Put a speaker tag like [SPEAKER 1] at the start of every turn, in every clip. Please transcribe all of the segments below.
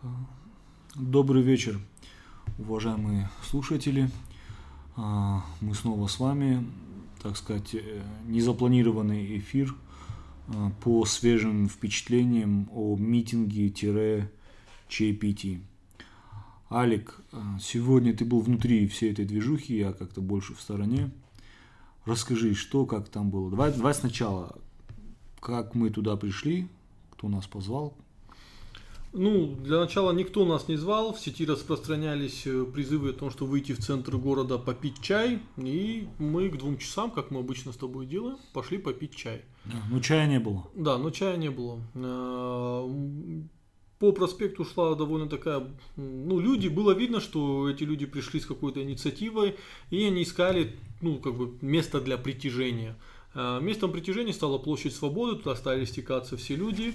[SPEAKER 1] Добрый вечер, уважаемые слушатели. Мы снова с вами, так сказать, незапланированный эфир по свежим впечатлениям о митинге-чаепитии. Алик, сегодня ты был внутри всей этой движухи, я как-то больше в стороне. Расскажи, что, как там было. Давай сначала, как мы туда пришли, кто нас позвал.
[SPEAKER 2] Для начала никто нас не звал, в сети распространялись призывы о том, что выйти в центр города попить чай, и мы к 2 часам, как мы обычно с тобой делаем, пошли попить чай.
[SPEAKER 1] Но чая не было.
[SPEAKER 2] Да, но чая не было. По проспекту шла довольно такая, люди, было видно, что эти люди пришли с какой-то инициативой, и они искали, место для притяжения. Местом притяжения стала площадь Свободы, туда стали стекаться все люди.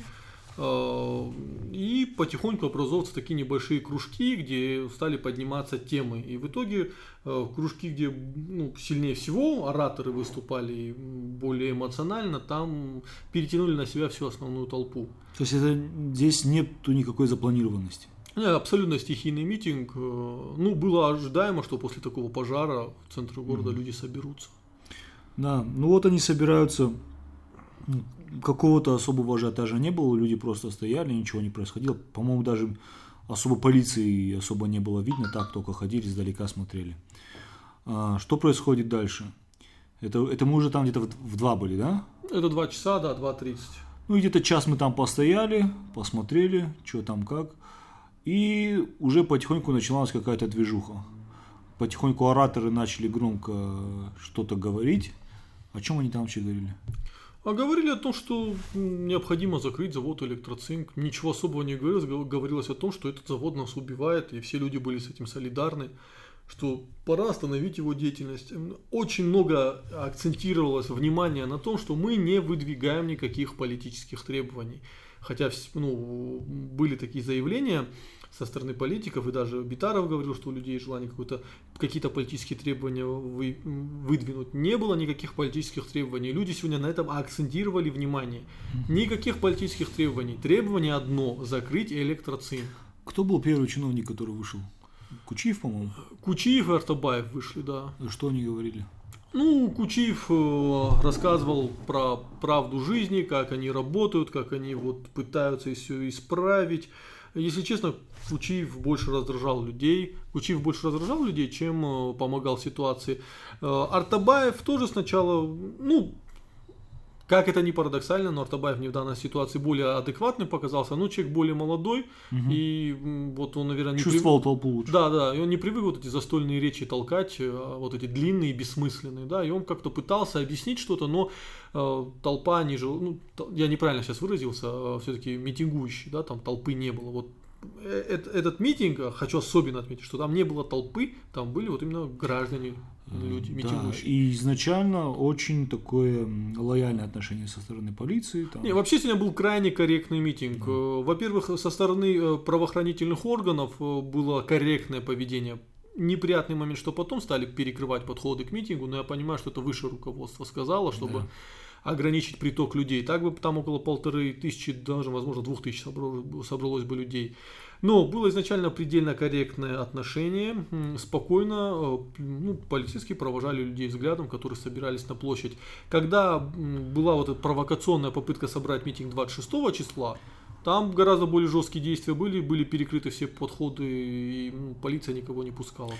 [SPEAKER 2] И потихоньку образовываются такие небольшие кружки, где стали подниматься темы. И в итоге кружки, где сильнее всего ораторы выступали более эмоционально, там перетянули на себя всю основную толпу.
[SPEAKER 1] То есть здесь нету никакой запланированности?
[SPEAKER 2] Абсолютно стихийный митинг. Было ожидаемо, что после такого пожара в центре города люди соберутся.
[SPEAKER 1] Да, они собираются. Какого-то особого ажиотажа не было, люди просто стояли, ничего не происходило. По-моему, даже особо полиции особо не было видно, так только ходили, издалека смотрели. Что происходит дальше? Это мы уже там где-то в 2 были, да?
[SPEAKER 2] Это 2 часа, да, 2:30.
[SPEAKER 1] И где-то час мы там постояли, посмотрели, что там как. И уже потихоньку началась какая-то движуха. Потихоньку ораторы начали громко что-то говорить. О чем они там вообще говорили?
[SPEAKER 2] Говорили о том, что необходимо закрыть завод «Электроцинк». Ничего особого не говорилось. Говорилось о том, что этот завод нас убивает, и все люди были с этим солидарны, что пора остановить его деятельность. Очень много акцентировалось внимание на том, что мы не выдвигаем никаких политических требований. Хотя были такие заявления со стороны политиков, и даже Битаров говорил, что у людей желание какие-то политические требования выдвинуть. Не было никаких политических требований. Люди сегодня на этом акцентировали внимание. Никаких политических требований. Требование одно – закрыть «Электроцинк».
[SPEAKER 1] Кто был первый чиновник, который вышел? Кучиев, по-моему?
[SPEAKER 2] Кучиев и Артабаев вышли, да.
[SPEAKER 1] Что они говорили?
[SPEAKER 2] Кучиев рассказывал про правду жизни, как они работают, как они пытаются все исправить. Если честно, Кучиев больше раздражал людей, чем помогал ситуации. Артабаев тоже сначала, как это ни парадоксально, но Артабаев мне в данной ситуации более адекватным показался. Человек более молодой, и он, наверное, не
[SPEAKER 1] чувствовал толпу лучше.
[SPEAKER 2] Да, и он не привык эти застольные речи толкать, эти длинные, бессмысленные, да, и он как-то пытался объяснить что-то, но толпа, они же, я неправильно сейчас выразился, все-таки митингующие, да, там толпы не было. Этот митинг, хочу особенно отметить, что там не было толпы, там были именно граждане, люди, митингующие.
[SPEAKER 1] Да, и изначально очень такое лояльное отношение со стороны полиции.
[SPEAKER 2] Вообще сегодня был крайне корректный митинг. Во-первых, со стороны правоохранительных органов было корректное поведение. Неприятный момент, что потом стали перекрывать подходы к митингу, но я понимаю, что это высшее руководство сказало, чтобы ограничить приток людей. Так бы там около 1500, даже, возможно, 2000 собралось бы людей. Но было изначально предельно корректное отношение, спокойно, полицейские провожали людей взглядом, которые собирались на площадь. Когда была эта провокационная попытка собрать митинг 26 числа, там гораздо более жесткие действия были перекрыты все подходы, и полиция никого не пускала.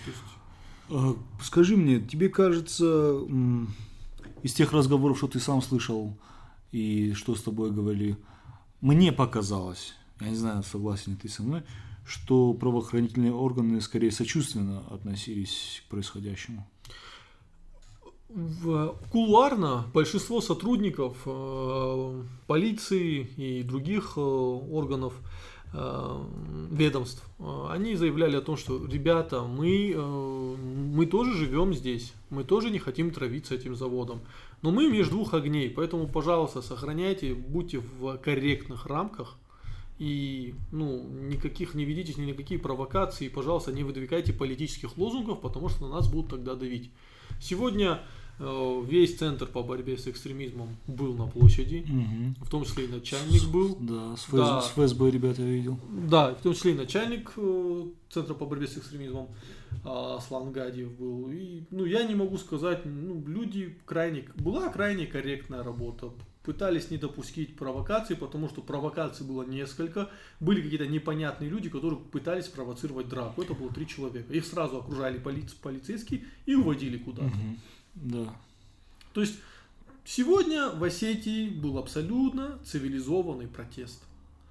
[SPEAKER 1] Скажи мне, тебе кажется, из тех разговоров, что ты сам слышал и что с тобой говорили, мне показалось, я не знаю, согласен ли ты со мной, что правоохранительные органы скорее сочувственно относились к происходящему?
[SPEAKER 2] Кулуарно большинство сотрудников полиции и других органов, ведомств, они заявляли о том, что ребята, мы тоже живем здесь, мы тоже не хотим травиться этим заводом, но мы между 2 огней, поэтому, пожалуйста, сохраняйте, будьте в корректных рамках и не ведитесь ни на какие провокации, пожалуйста, не выдвигайте политических лозунгов, потому что на нас будут тогда давить. Сегодня Весь центр по борьбе с экстремизмом был на площади, в том числе и начальник был.
[SPEAKER 1] Да, с ФСБ ребята я видел.
[SPEAKER 2] Да, в том числе и начальник центра по борьбе с экстремизмом Аслан Гадиев был. И, я не могу сказать, была крайне корректная работа. Пытались не допустить провокаций, потому что провокаций было несколько. Были какие-то непонятные люди, которые пытались спровоцировать драку. Это было 3 человека. Их сразу окружали полицейские и уводили куда-то.
[SPEAKER 1] Да.
[SPEAKER 2] То есть сегодня в Осетии был абсолютно цивилизованный протест.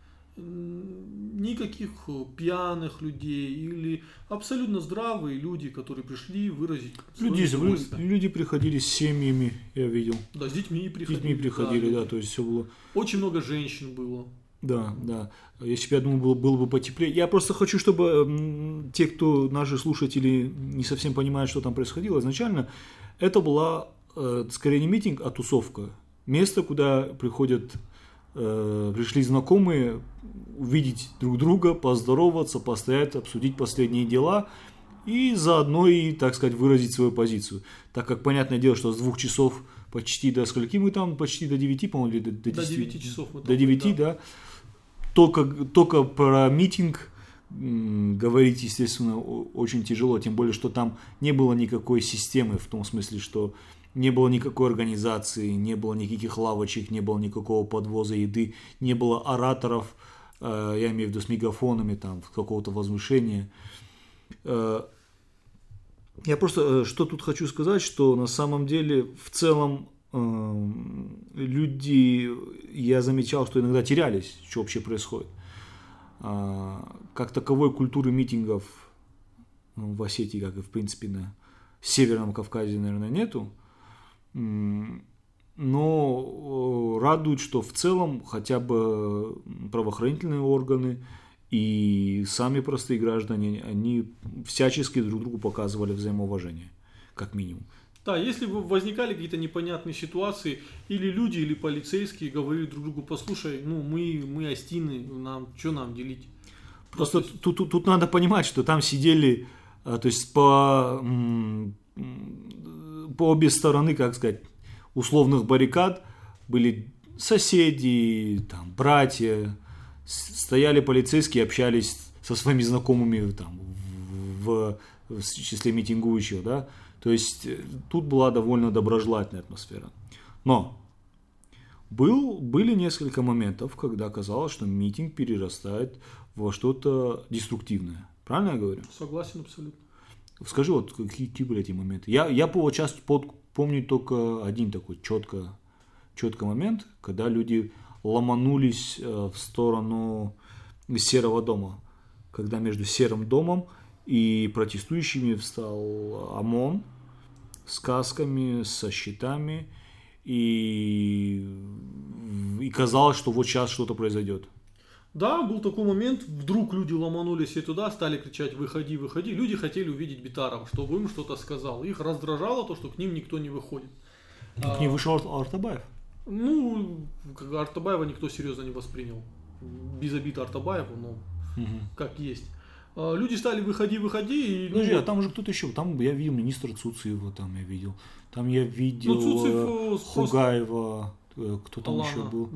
[SPEAKER 2] Никаких пьяных людей или абсолютно здравые люди, которые пришли выразить свое недовольство.
[SPEAKER 1] Люди приходили с семьями, я видел.
[SPEAKER 2] Да, с детьми приходили.
[SPEAKER 1] С детьми приходили, да, то есть все было.
[SPEAKER 2] Очень много женщин было.
[SPEAKER 1] Да. Если бы, я думаю, было бы потеплее. Я просто хочу, чтобы те, кто наши слушатели не совсем понимают, что там происходило изначально, это была скорее не митинг, а тусовка. Место, куда пришли знакомые увидеть друг друга, поздороваться, постоять, обсудить последние дела и заодно и, так сказать, выразить свою позицию. Так как, понятное дело, что с 2 часов почти до скольки мы там, почти до 9, по-моему, или до 10?
[SPEAKER 2] До 9 часов.
[SPEAKER 1] До 9, да. Только про митинг говорить, естественно, очень тяжело, тем более, что там не было никакой системы, в том смысле, что не было никакой организации, не было никаких лавочек, не было никакого подвоза еды, не было ораторов, я имею в виду с мегафонами, там, какого-то возвышения. Я просто, что тут хочу сказать, что на самом деле в целом люди, я замечал, что иногда терялись, что вообще происходит. Как таковой культуры митингов в Осетии, как и в принципе на Северном Кавказе, наверное, нету. Но радует, что в целом хотя бы правоохранительные органы и сами простые граждане, они всячески друг другу показывали взаимоуважение, как минимум.
[SPEAKER 2] Да, если возникали какие-то непонятные ситуации, или люди, или полицейские говорили друг другу: послушай, мы остины, что нам делить?
[SPEAKER 1] Просто тут надо понимать, что там сидели, то есть по обе стороны, как сказать, условных баррикад были соседи, там, братья, стояли полицейские, общались со своими знакомыми там, в числе митингующих, да, то есть тут была довольно доброжелательная атмосфера. Но были несколько моментов, когда казалось, что митинг перерастает во что-то деструктивное. Правильно я говорю?
[SPEAKER 2] Согласен абсолютно.
[SPEAKER 1] Скажи, вот какие были эти моменты? Я помню только один такой четкий момент, когда люди ломанулись в сторону Серого дома. Когда между Серым домом и протестующими встал ОМОН с касками, со щитами, и казалось, что вот сейчас что-то произойдет.
[SPEAKER 2] Да, был такой момент, вдруг люди ломанулись и туда, стали кричать: выходи, выходи. Люди хотели увидеть Битарова, чтобы им что-то сказал. Их раздражало то, что к ним никто не выходит.
[SPEAKER 1] К ним вышел Артабаев.
[SPEAKER 2] Артабаева никто серьезно не воспринял. Без обид Артабаеву, но как есть. Люди стали выходи. И,
[SPEAKER 1] Подожди, а там уже кто-то еще. Там я видел министра Цуцеева, там я видел. Там я видел Хугаева, кто там еще был.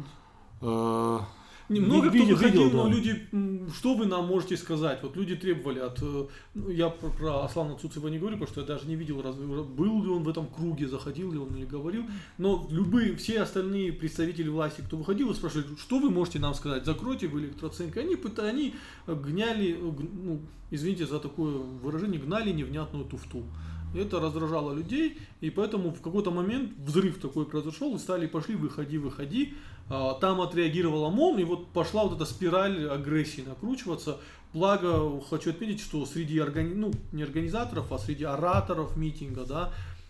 [SPEAKER 2] Немного кто выходил, но люди, что вы нам можете сказать? Вот люди требовали я про Аслана Цуцева не говорю, потому что я даже не видел, был ли он в этом круге, заходил ли он или говорил, но все остальные представители власти, кто выходил, спрашивали: что вы можете нам сказать? Закройте вы электроцентры. Они гняли, извините за такое выражение, гнали невнятную туфту. Это раздражало людей, и поэтому в какой-то момент взрыв такой произошел, и пошли выходи. Там отреагировал ОМОН, и вот пошла вот эта спираль агрессии накручиваться. Благо, хочу отметить, что среди не организаторов, а среди ораторов митинга, да,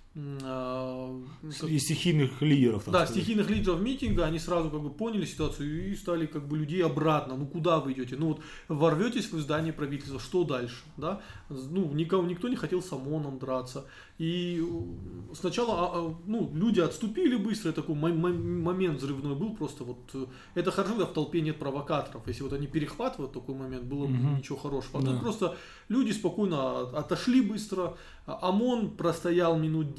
[SPEAKER 1] и стихийных лидеров.
[SPEAKER 2] Да, стихийных лидеров митинга, они сразу поняли ситуацию и стали людей обратно. Куда вы идете? Ворветесь вы в здание правительства, что дальше? Да? Никто не хотел с ОМОНом драться. И сначала люди отступили быстро, такой момент взрывной был, просто это хорошо, когда в толпе нет провокаторов. Если они перехватывают такой момент, было бы ничего хорошего. А тут просто люди спокойно отошли быстро. ОМОН простоял минут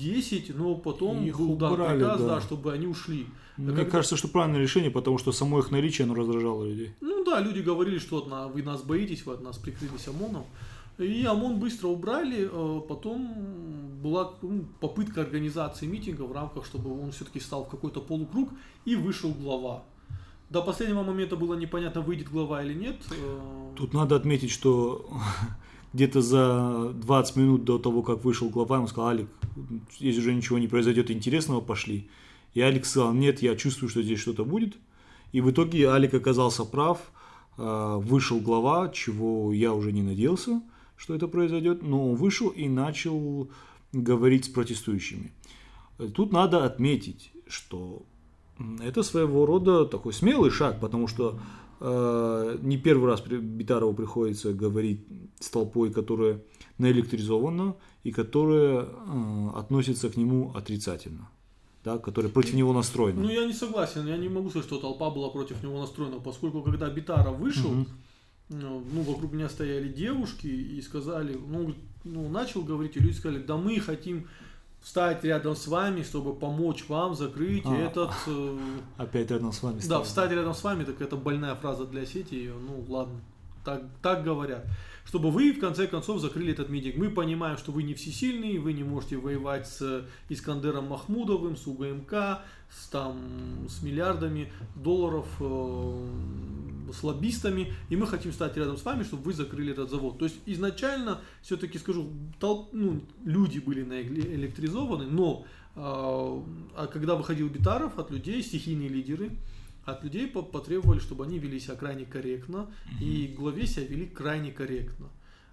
[SPEAKER 2] 10, но потом
[SPEAKER 1] Их
[SPEAKER 2] был дан
[SPEAKER 1] убрали,
[SPEAKER 2] приказ,
[SPEAKER 1] да.
[SPEAKER 2] чтобы они ушли.
[SPEAKER 1] Мне кажется, что правильное решение, потому что само их наличие, оно раздражало людей.
[SPEAKER 2] Ну да, люди говорили, что вы нас боитесь, вы от нас прикрылись ОМОНом. И ОМОН быстро убрали, потом была попытка организации митинга в рамках, чтобы он все-таки стал в какой-то полукруг, и вышел глава. До последнего момента было непонятно, выйдет глава или нет.
[SPEAKER 1] Тут надо отметить, что где-то за 20 минут до того, как вышел глава, ему сказал: Алик, здесь уже ничего не произойдет интересного, пошли. И Алик сказал: нет, я чувствую, что здесь что-то будет. И в итоге Алик оказался прав, вышел глава, чего я уже не надеялся, что это произойдет, но он вышел и начал говорить с протестующими. Тут надо отметить, что это своего рода такой смелый шаг, потому что не первый раз Битарову приходится говорить с толпой, которая наэлектризована и которая относится к нему отрицательно, да, которая против него настроена.
[SPEAKER 2] Ну, я не согласен, я не могу сказать, что толпа была против него настроена, поскольку когда Битаров вышел, вокруг меня стояли девушки и сказали, начал говорить, и люди сказали: да мы хотим встать рядом с вами, чтобы помочь вам закрыть этот...
[SPEAKER 1] Опять рядом с вами.
[SPEAKER 2] Да, встать рядом с вами, так это больная фраза для сети, ладно, так говорят. Чтобы вы, в конце концов, закрыли этот митинг. Мы понимаем, что вы не всесильные, вы не можете воевать с Искандером Махмудовым, с УГМК, с миллиардами долларов, с лоббистами, и мы хотим стать рядом с вами, чтобы вы закрыли этот завод. То есть изначально, все-таки скажу, люди были наэлектризованы, но когда выходил Битаров, от людей, стихийные лидеры, от людей потребовали, чтобы они вели себя крайне корректно, и главе себя вели крайне корректно.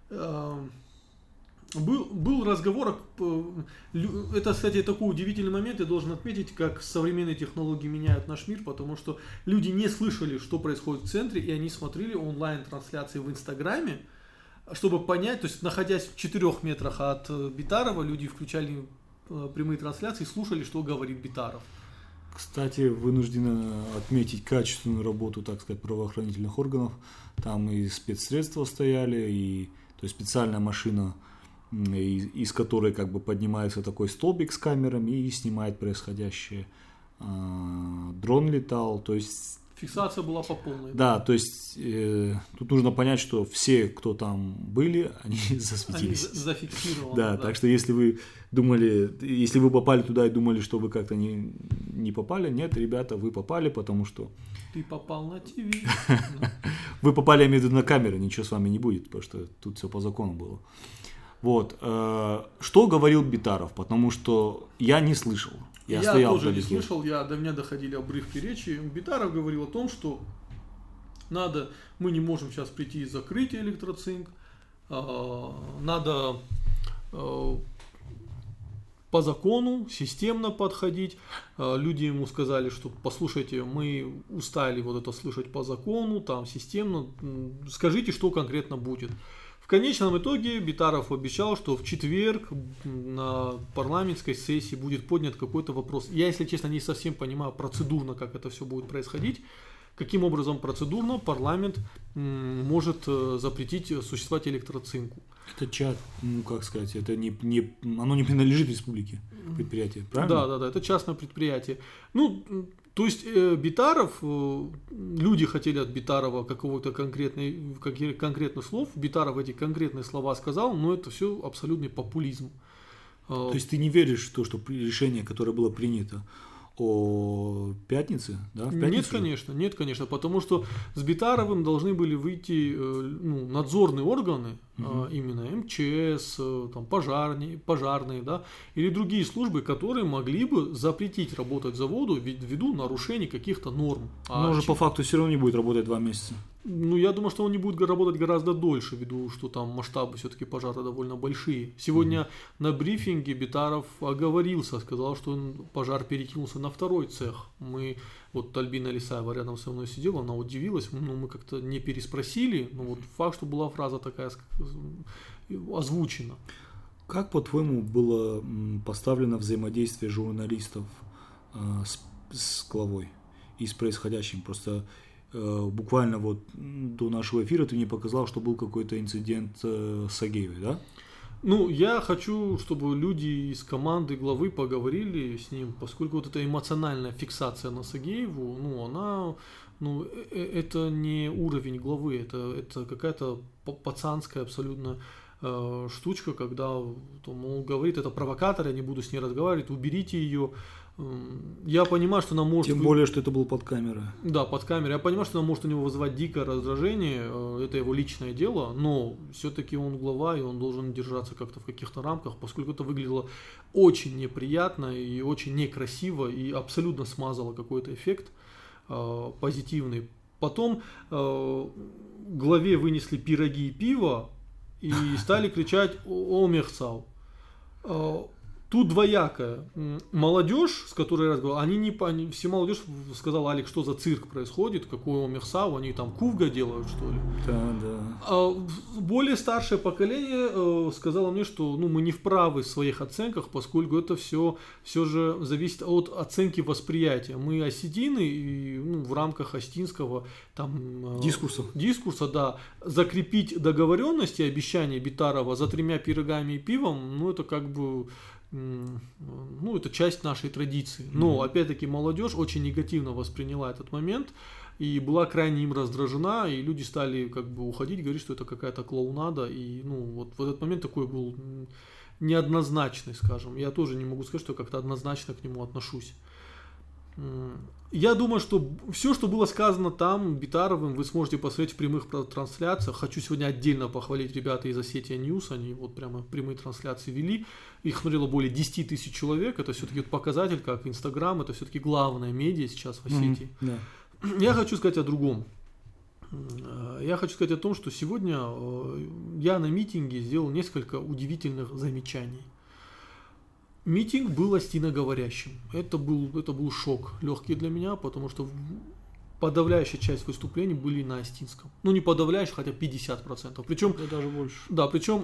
[SPEAKER 2] Был разговор, это, кстати, такой удивительный момент, я должен отметить, как современные технологии меняют наш мир, потому что люди не слышали, что происходит в центре, и они смотрели онлайн-трансляции в Инстаграме, чтобы понять, то есть находясь в 4 метрах от Битарова, люди включали прямые трансляции и слушали, что говорит Битаров.
[SPEAKER 1] Кстати, вынуждены отметить качественную работу, так сказать, правоохранительных органов. Там и спецсредства стояли, то есть специальная машина, из которой как бы поднимается такой столбик с камерами и снимает происходящее. Дрон летал, то есть...
[SPEAKER 2] Фиксация была по полной.
[SPEAKER 1] Да, то есть тут нужно понять, что все, кто там были, они засветились.
[SPEAKER 2] Они зафиксированы.
[SPEAKER 1] Да, так что если вы попали туда и думали, что вы как-то не попали, нет, ребята, вы попали, потому что...
[SPEAKER 2] Ты попал на ТВ.
[SPEAKER 1] Вы попали, я имею в виду, на камеру, ничего с вами не будет, потому что тут все по закону было. Вот. Что говорил Битаров? Потому что я не слышал.
[SPEAKER 2] Я тоже не слышал, до меня доходили обрывки речи. Битаров говорил о том, что мы не можем сейчас прийти и закрыть электроцинк, надо по закону системно подходить. Люди ему сказали, что послушайте, мы устали вот это слышать по закону, там системно, скажите, что конкретно будет. В конечном итоге Битаров обещал, что в четверг на парламентской сессии будет поднят какой-то вопрос. Я, если честно, не совсем понимаю процедурно, как это все будет происходить. Каким образом процедурно парламент может запретить существовать электроцинку.
[SPEAKER 1] Это чат, как сказать, это оно не принадлежит республике, предприятие, правильно?
[SPEAKER 2] Да, это частное предприятие. То есть Битаров, люди хотели от Битарова какого-то конкретных слов, Битаров эти конкретные слова сказал, но это все абсолютный популизм.
[SPEAKER 1] То есть ты не веришь в то, что решение, которое было принято о пятнице, да? В пятницу?
[SPEAKER 2] Нет, конечно, потому что с Битаровым должны были выйти надзорные органы, именно МЧС, там, пожарные, да, или другие службы, которые могли бы запретить работать заводу ввиду нарушений каких-то норм.
[SPEAKER 1] Но уже по факту все равно не будет работать 2 месяца.
[SPEAKER 2] Я думаю, что он не будет работать гораздо дольше, ввиду, что там масштабы все-таки пожара довольно большие. Сегодня на брифинге Битаров оговорился, сказал, что пожар перекинулся на второй цех. Альбина Лисаева рядом со мной сидела, она удивилась, мы как-то не переспросили, факт, что была фраза такая озвучена.
[SPEAKER 1] Как, по-твоему, было поставлено взаимодействие журналистов с главой и с происходящим? Просто буквально до нашего эфира ты мне показал, что был какой-то инцидент с Агеевой, да?
[SPEAKER 2] Ну, я хочу, чтобы люди из команды главы поговорили с ним, поскольку вот эта эмоциональная фиксация на Сагееву, ну, она, ну, это не уровень главы, это какая-то пацанская абсолютно штучка, когда там, он говорит, это провокатор, я не буду с ней разговаривать, уберите ее. Я понимаю, что она может...
[SPEAKER 1] Тем более, что это было под камерой.
[SPEAKER 2] Да, под камерой. Я понимаю, что она может у него вызывать дикое раздражение, это его личное дело, но все-таки он глава, и он должен держаться как-то в каких-то рамках, поскольку это выглядело очень неприятно и очень некрасиво, и абсолютно смазало какой-то эффект позитивный. Потом главе вынесли пироги и пиво, и стали кричать «Омехцау». Тут двоякое. Молодежь, с которой я разговаривал, они не поняли, все молодежь сказала: Алекс, что за цирк происходит, какой Омехсау, они там кувга делают, что ли.
[SPEAKER 1] Да, да.
[SPEAKER 2] А более старшее поколение сказало мне, что ну, мы не вправы в своих оценках, поскольку это все же зависит от оценки восприятия. Мы осетины, и ну, в рамках остинского там, дискурса, да, закрепить договоренности и обещания Битарова за 3 пирогами и пивом, ну это как бы... Ну, это часть нашей традиции. Но, опять-таки, молодежь очень негативно восприняла этот момент и была крайне им раздражена, и люди стали как бы уходить, говорить, что это какая-то клоунада, и ну, вот в этот момент такой был неоднозначный, скажем. Я тоже не могу сказать, что как-то однозначно к нему отношусь. Я думаю, что все, что было сказано там Битаровым, вы сможете посмотреть в прямых трансляциях. Хочу сегодня отдельно похвалить ребята из Осетия News, они вот прямо прямые трансляции вели. Их смотрело более 10 тысяч человек. Это все-таки вот показатель, как Инстаграм, это все-таки главная медиа сейчас в Осетии.
[SPEAKER 1] Да.
[SPEAKER 2] Я хочу сказать о другом. Я хочу сказать о том, что сегодня я на митинге сделал несколько удивительных замечаний. Митинг был остиноговорящим. Это был шок легкий для меня, потому что подавляющая часть выступлений были на остинском. Ну, не подавляющая, хотя 50%. Причем,
[SPEAKER 1] да, даже больше.
[SPEAKER 2] Да, причем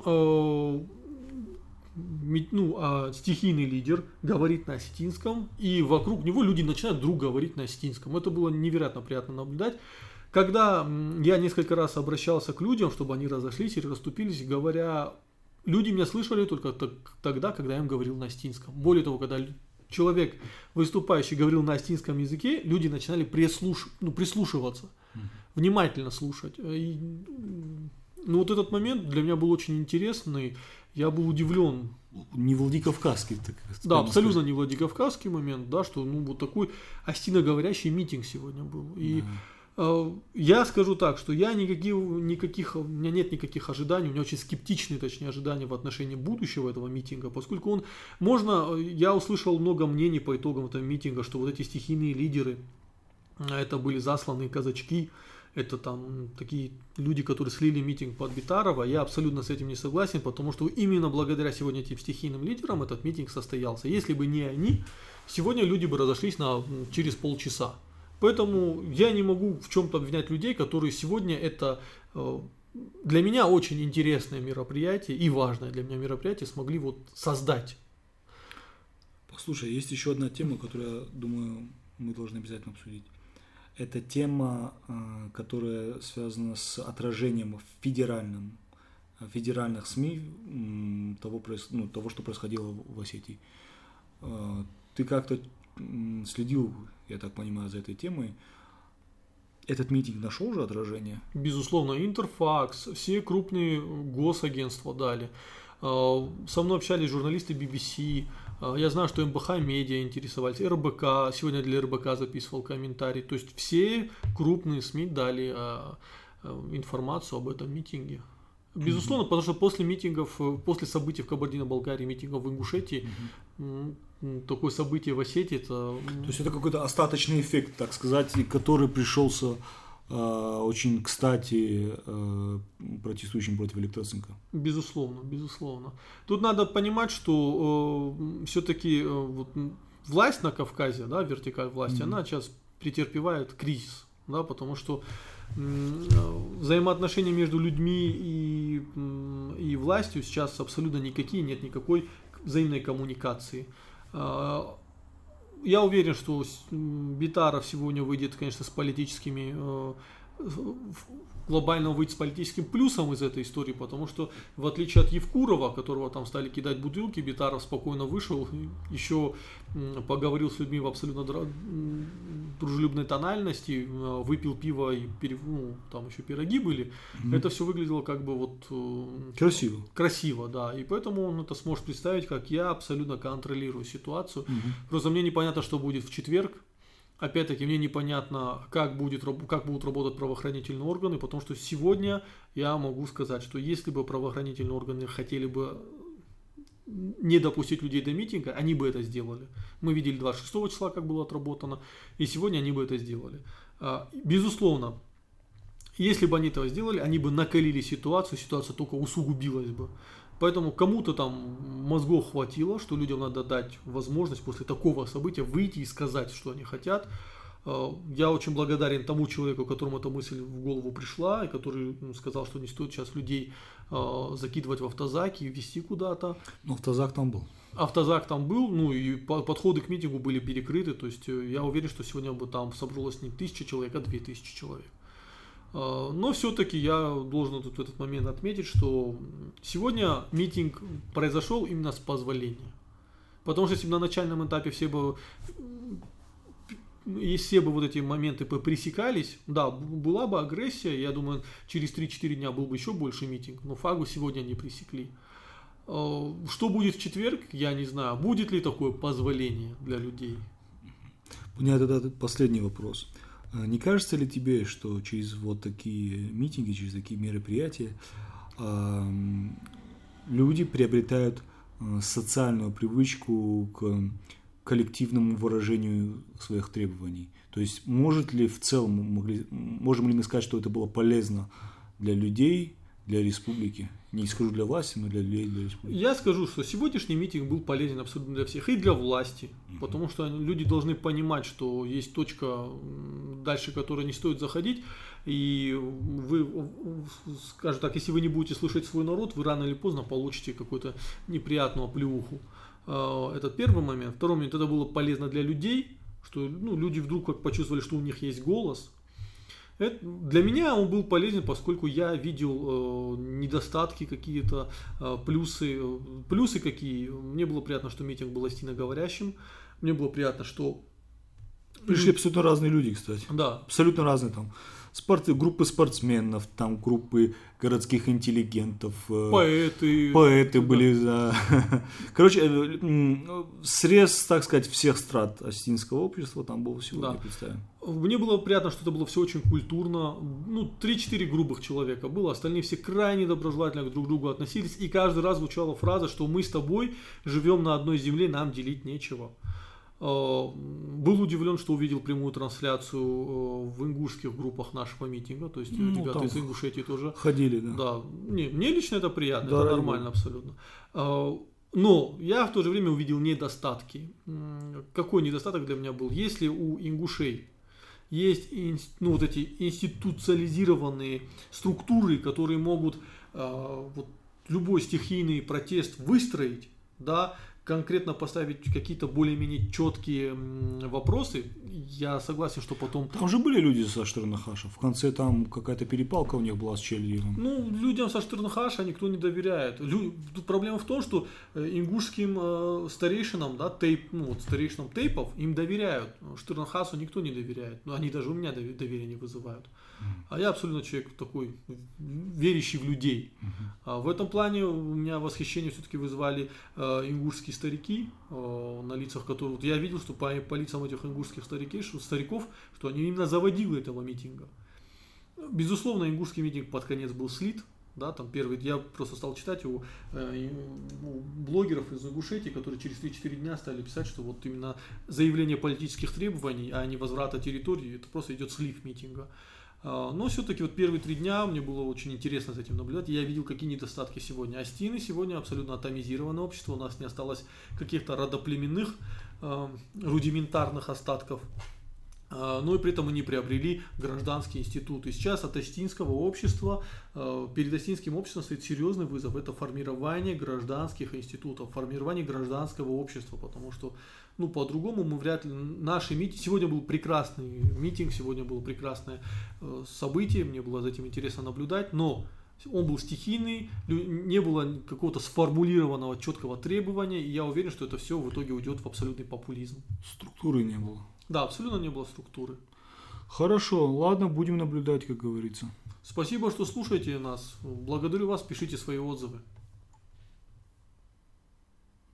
[SPEAKER 2] стихийный лидер говорит на осетинском, и вокруг него люди начинают вдруг говорить на осетинском. Это было невероятно приятно наблюдать. Когда я несколько раз обращался к людям, чтобы они разошлись и расступились, говоря... Люди меня слышали только тогда, когда я им говорил на остинском. Более того, когда человек, выступающий, говорил на остинском языке, люди начинали прислушиваться, внимательно слушать. И, ну, вот этот момент для меня был очень интересный. Я был удивлен.
[SPEAKER 1] Не Владикавказский. Так,
[SPEAKER 2] да, абсолютно не Владикавказский момент, да, что ну, вот такой остиноговорящий митинг сегодня был. И я скажу так, что я у меня нет никаких ожиданий, у меня очень скептичные, точнее, ожидания в отношении будущего этого митинга, поскольку я услышал много мнений по итогам этого митинга, что вот эти стихийные лидеры, это были засланные казачки, это там такие люди, которые слили митинг под Битарова. Я абсолютно с этим не согласен, потому что именно благодаря сегодня этим стихийным лидерам этот митинг состоялся. Если бы не они, сегодня люди бы разошлись через полчаса. Поэтому я не могу в чем-то обвинять людей, которые сегодня это для меня очень интересное мероприятие и важное для меня мероприятие смогли вот создать.
[SPEAKER 1] Послушай, есть еще одна тема, которую, я думаю, мы должны обязательно обсудить. Это тема, которая связана с отражением в федеральных СМИ того, что происходило в Осетии. Ты как-то следил, я так понимаю, за этой темой. Этот митинг нашел же отражение?
[SPEAKER 2] Безусловно, Интерфакс, все крупные госагентства дали. Со мной общались журналисты BBC. Я знаю, что МБХ медиа интересовались, РБК, сегодня для РБК записывал комментарий. То есть все крупные СМИ дали информацию об этом митинге. Безусловно, потому что после митингов, после событий в Кабардино-Балкарии, митингов в Ингушетии, такое событие в Осетии, это...
[SPEAKER 1] То есть это какой-то остаточный эффект, так сказать, который пришелся очень кстати протестующим против Электросынка.
[SPEAKER 2] Безусловно, безусловно. Тут надо понимать, что все-таки власть на Кавказе, да, вертикаль власти, она сейчас претерпевает кризис, да, потому что взаимоотношения между людьми и властью сейчас абсолютно никакие, нет никакой взаимной коммуникации. Я уверен, что Битаров сегодня выйдет, конечно, с политическими глобально выйти с политическим плюсом из этой истории, потому что в отличие от Евкурова, которого там стали кидать бутылки, Битаров спокойно вышел, еще поговорил с людьми в абсолютно дружелюбной тональности, выпил пиво и там еще пироги были. Это все выглядело как бы вот
[SPEAKER 1] красиво.
[SPEAKER 2] Красиво, да. И поэтому он это сможет представить, как я абсолютно контролирую ситуацию. Просто мне непонятно, что будет в четверг. Опять-таки, мне непонятно, как будут работать правоохранительные органы, потому что сегодня я могу сказать, что если бы правоохранительные органы хотели бы не допустить людей до митинга, они бы это сделали. Мы видели 26 числа, как было отработано, и сегодня они бы это сделали. Безусловно, если бы они этого сделали, они бы накалили ситуация только усугубилась бы. Поэтому кому-то там мозгов хватило, что людям надо дать возможность после такого события выйти и сказать, что они хотят. Я очень благодарен тому человеку, которому эта мысль в голову пришла, и который сказал, что не стоит сейчас людей закидывать в автозаки и везти куда-то.
[SPEAKER 1] Но автозак там был.
[SPEAKER 2] Автозак там был, и подходы к митингу были перекрыты. То есть я уверен, что сегодня бы там собралось не 1000 человек, а 2000 человек. Но все-таки я должен тут в этот момент отметить, что сегодня митинг произошел именно с позволения. Потому что если бы на начальном этапе все бы вот эти моменты пресекались, да, была бы агрессия, я думаю, через 3-4 дня был бы еще больше митинг, но флагу сегодня не пресекли. Что будет в четверг, я не знаю. Будет ли такое позволение для людей?
[SPEAKER 1] У меня тогда последний вопрос. Не кажется ли тебе, что через вот такие митинги, через такие мероприятия люди приобретают социальную привычку к коллективному выражению своих требований? То есть может ли в целом, можем ли мы сказать, что это было полезно для людей, для республики? Не скажу для власти, но для людей, для республики.
[SPEAKER 2] Я скажу, что сегодняшний митинг был полезен абсолютно для всех, и для власти, потому что люди должны понимать, что есть точка, дальше которой не стоит заходить, и вы, скажем так, если вы не будете слышать свой народ, вы рано или поздно получите какую-то неприятную оплеуху. Это первый момент. Второй момент, это было полезно для людей, что люди вдруг как почувствовали, что у них есть голос. Для меня он был полезен, поскольку я видел недостатки какие-то, плюсы какие. Мне было приятно, что митинг был остиноговорящим. Мне было приятно, что...
[SPEAKER 1] Пришли абсолютно разные люди, кстати.
[SPEAKER 2] Да.
[SPEAKER 1] Абсолютно разные там. Группы спортсменов, там группы городских интеллигентов. Поэты были, да. Короче, срез, так сказать, всех страт остинского общества там был сегодня представлен.
[SPEAKER 2] Мне было приятно, что это было все очень культурно. 3-4 грубых человека было, остальные все крайне доброжелательно друг к другу относились. И каждый раз звучала фраза, что мы с тобой живем на одной земле, нам делить нечего. Был удивлен, что увидел прямую трансляцию в ингушских группах нашего митинга, то есть ребята из Ингушетии тоже
[SPEAKER 1] ходили, да.
[SPEAKER 2] Да, мне лично это приятно, да, это нормально абсолютно. Но я в то же время увидел недостатки. Какой недостаток для меня был? Если у ингушей есть вот эти институциализированные структуры, которые могут любой стихийный протест выстроить, да, конкретно поставить какие-то более-менее четкие вопросы, я согласен, что потом...
[SPEAKER 1] Там же были люди со Штернахаша, в конце там какая-то перепалка у них была с Чельевым.
[SPEAKER 2] Людям со Штернахаша никто не доверяет. Тут проблема в том, что ингушским старейшинам, да, старейшинам тейпов, им доверяют. Штернахасу никто не доверяет, но они даже у меня доверия не вызывают. А я абсолютно человек такой, верящий в людей. В этом плане у меня восхищение все-таки вызвали ингушские старики, на лицах которых... Я видел, что по лицам этих ингушских стариков, что они именно заводилы этого митинга. Безусловно, ингушский митинг под конец был слит. Да, там первый, я просто стал читать у блогеров из Ингушетии, которые через 3-4 дня стали писать, что вот именно заявление политических требований, а не возврата территории, это просто идет слив митинга. Но все-таки вот первые 3 дня мне было очень интересно за этим наблюдать. Я видел, какие недостатки сегодня. Остины сегодня абсолютно атомизированное общество. У нас не осталось каких-то родоплеменных, рудиментарных остатков. но и при этом мы не приобрели гражданский институт. И сейчас от Остинского общества, перед Остинским обществом стоит серьезный вызов. Это формирование гражданских институтов, формирование гражданского общества, потому что, ну, по-другому мы вряд ли... Наши митинги... Сегодня был прекрасный митинг, сегодня было прекрасное событие, мне было за этим интересно наблюдать, но он был стихийный, не было какого-то сформулированного четкого требования, и я уверен, что это все в итоге уйдет в абсолютный популизм.
[SPEAKER 1] Структуры не было.
[SPEAKER 2] Да, абсолютно не было структуры.
[SPEAKER 1] Хорошо, ладно, будем наблюдать, как говорится.
[SPEAKER 2] Спасибо, что слушаете нас. Благодарю вас, пишите свои отзывы.